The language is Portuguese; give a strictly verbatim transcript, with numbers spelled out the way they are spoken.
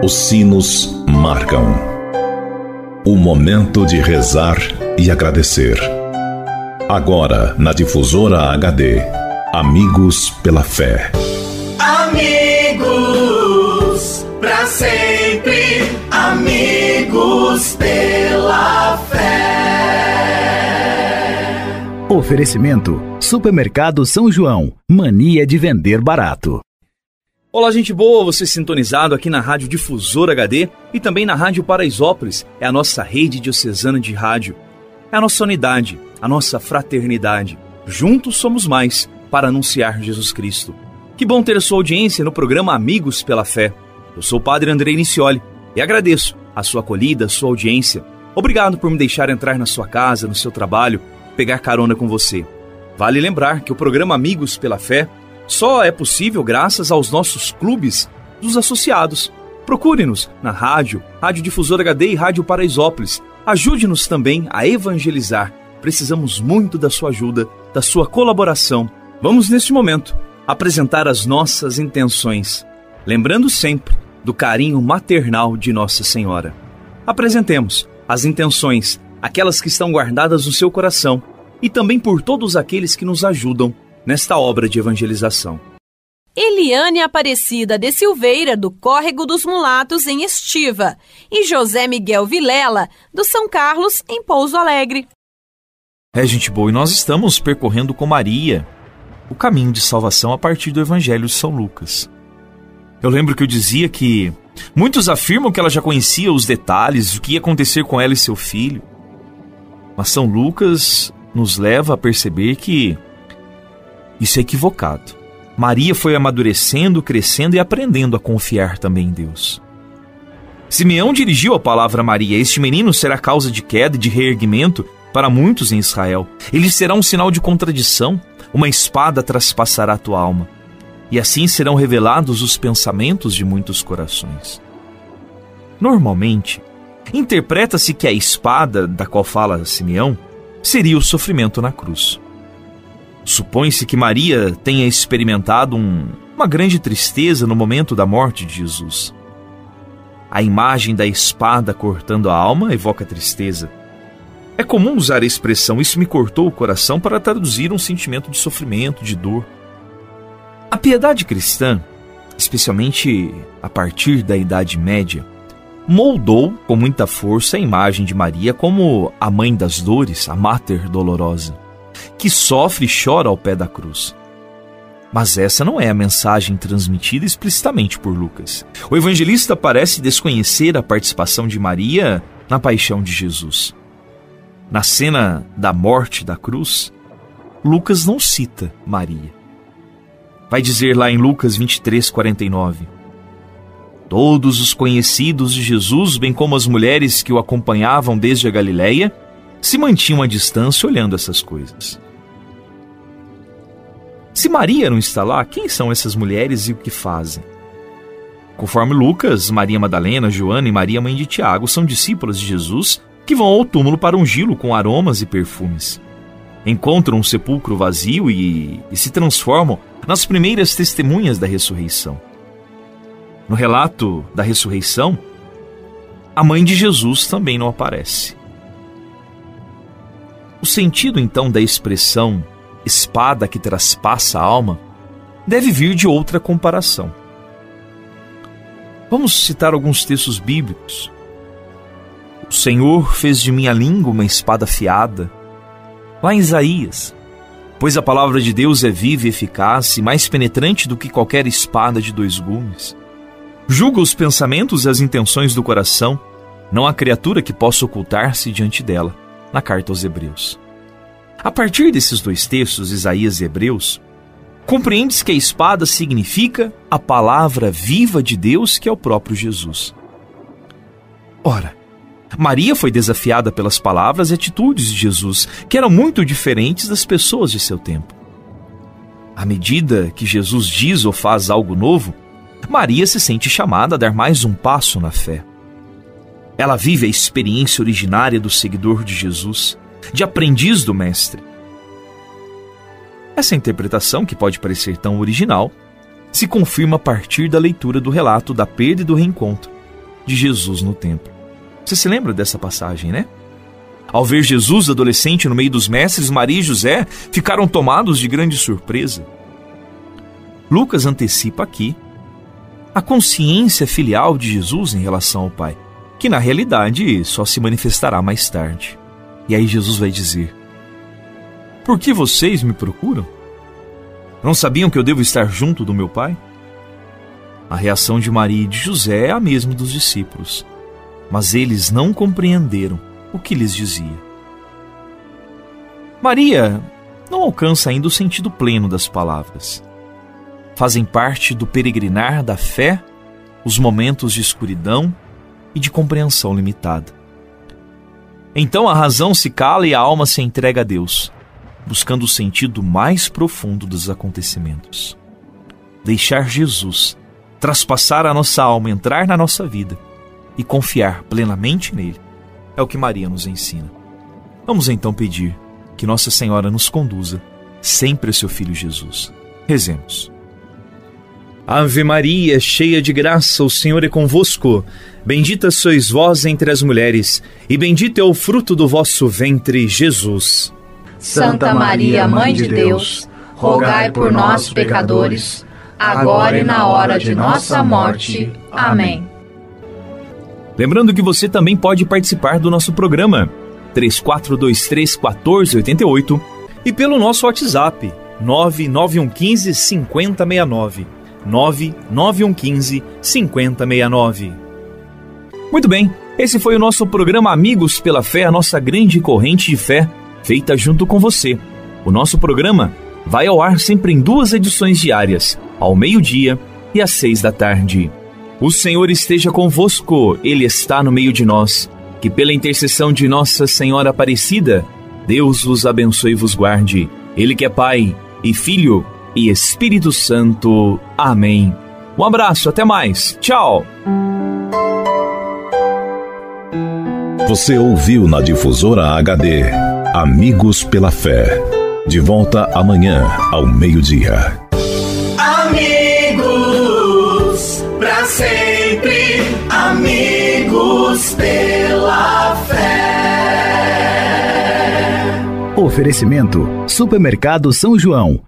Os sinos marcam o momento de rezar e agradecer. Agora, na Difusora H D, Amigos pela Fé. Amigos, pra sempre, amigos pela fé. Oferecimento: Supermercado São João, mania de vender barato. Olá, gente boa, você sintonizado aqui na Rádio Difusora H D e também na Rádio Paraisópolis. É a nossa rede diocesana de rádio. É a nossa unidade, a nossa fraternidade. Juntos somos mais para anunciar Jesus Cristo. Que bom ter a sua audiência no programa Amigos pela Fé. Eu sou o Padre Andrei Nicioli e agradeço a sua acolhida, a sua audiência. Obrigado por me deixar entrar na sua casa, no seu trabalho, pegar carona com você. Vale lembrar que o programa Amigos pela Fé só é possível graças aos nossos clubes dos associados. Procure-nos na rádio, Rádio Difusora H D e Rádio Paraisópolis. Ajude-nos também a evangelizar. Precisamos muito da sua ajuda, da sua colaboração. Vamos, neste momento, apresentar as nossas intenções, lembrando sempre do carinho maternal de Nossa Senhora. Apresentemos as intenções, aquelas que estão guardadas no seu coração, e também por todos aqueles que nos ajudam nesta obra de evangelização. Eliane Aparecida de Silveira, do Córrego dos Mulatos, em Estiva, e José Miguel Vilela, do São Carlos, em Pouso Alegre. É, gente boa, e nós estamos percorrendo com Maria o caminho de salvação a partir do Evangelho de São Lucas. Eu lembro que eu dizia que muitos afirmam que ela já conhecia os detalhes do que ia acontecer com ela e seu filho, mas São Lucas nos leva a perceber que isso é equivocado. Maria foi amadurecendo, crescendo e aprendendo a confiar também em Deus. Simeão dirigiu a palavra a Maria: este menino será causa de queda e de reerguimento para muitos em Israel. Ele será um sinal de contradição, uma espada traspassará a tua alma. E assim serão revelados os pensamentos de muitos corações. Normalmente, interpreta-se que a espada da qual fala Simeão seria o sofrimento na cruz. Supõe-se que Maria tenha experimentado um, uma grande tristeza no momento da morte de Jesus. A imagem da espada cortando a alma evoca tristeza. É comum usar a expressão "isso me cortou o coração" para traduzir um sentimento de sofrimento, de dor. A piedade cristã, especialmente a partir da Idade Média, moldou com muita força a imagem de Maria como a mãe das dores, a Mater Dolorosa, que sofre e chora ao pé da cruz. Mas essa não é a mensagem transmitida explicitamente por Lucas. O evangelista parece desconhecer a participação de Maria na paixão de Jesus. Na cena da morte da cruz, Lucas não cita Maria. Vai dizer lá em Lucas vinte e três, quarenta e nove: todos os conhecidos de Jesus, bem como as mulheres que o acompanhavam desde a Galileia, se mantinham à distância olhando essas coisas. Se Maria não está lá, quem são essas mulheres e o que fazem? Conforme Lucas, Maria Madalena, Joana e Maria, mãe de Tiago, são discípulas de Jesus que vão ao túmulo para ungí-lo com aromas e perfumes. Encontram um sepulcro vazio e, e se transformam nas primeiras testemunhas da ressurreição. No relato da ressurreição, a mãe de Jesus também não aparece. O sentido, então, da expressão espada que traspassa a alma deve vir de outra comparação. Vamos citar alguns textos bíblicos. O Senhor fez de minha língua uma espada afiada. Lá em Isaías: pois a palavra de Deus é viva e eficaz e mais penetrante do que qualquer espada de dois gumes. Julga os pensamentos e as intenções do coração. Não há criatura que possa ocultar-se diante dela. Na carta aos Hebreus. A partir desses dois textos, Isaías e Hebreus, compreende-se que a espada significa a palavra viva de Deus, que é o próprio Jesus. Ora, Maria foi desafiada pelas palavras e atitudes de Jesus, que eram muito diferentes das pessoas de seu tempo. À medida que Jesus diz ou faz algo novo, Maria se sente chamada a dar mais um passo na fé. Ela vive a experiência originária do seguidor de Jesus, de aprendiz do Mestre. Essa interpretação, que pode parecer tão original, se confirma a partir da leitura do relato da perda e do reencontro, de Jesus no templo. Você se lembra dessa passagem, né? Ao ver Jesus adolescente no meio dos mestres, Maria e José ficaram tomados de grande surpresa. Lucas antecipa aqui a consciência filial de Jesus em relação ao Pai, que na realidade só se manifestará mais tarde. E aí Jesus vai dizer: por que vocês me procuram? Não sabiam que eu devo estar junto do meu Pai? A reação de Maria e de José é a mesma dos discípulos, mas eles não compreenderam o que lhes dizia. Maria não alcança ainda o sentido pleno das palavras. Fazem parte do peregrinar da fé os momentos de escuridão e de compreensão limitada. Então a razão se cala e a alma se entrega a Deus, buscando o sentido mais profundo dos acontecimentos. Deixar Jesus traspassar a nossa alma, entrar na nossa vida e confiar plenamente nele, é o que Maria nos ensina. Vamos então pedir que Nossa Senhora nos conduza sempre a seu Filho Jesus. Rezemos. Ave Maria, cheia de graça, o Senhor é convosco. Bendita sois vós entre as mulheres, e bendito é o fruto do vosso ventre, Jesus. Santa Maria, Mãe de Deus, rogai por nós, pecadores, agora e na hora de nossa morte. Amém. Lembrando que você também pode participar do nosso programa três quatro dois três, um quatro oito oito e pelo nosso WhatsApp nove nove um um cinco, cinco zero seis nove, nove nove um um cinco, cinco zero seis nove. Muito bem, esse foi o nosso programa Amigos pela Fé, a nossa grande corrente de fé feita junto com você. O nosso programa vai ao ar sempre em duas edições diárias, ao meio-dia e às seis da tarde. O Senhor esteja convosco, Ele está no meio de nós. Que pela intercessão de Nossa Senhora Aparecida, Deus vos abençoe e vos guarde. Ele que é Pai e Filho e Espírito Santo. Amém. Um abraço, até mais. Tchau. Você ouviu na Difusora H D Amigos pela Fé. De volta amanhã ao meio-dia. Amigos, pra sempre, amigos pela fé. Oferecimento: Supermercado São João.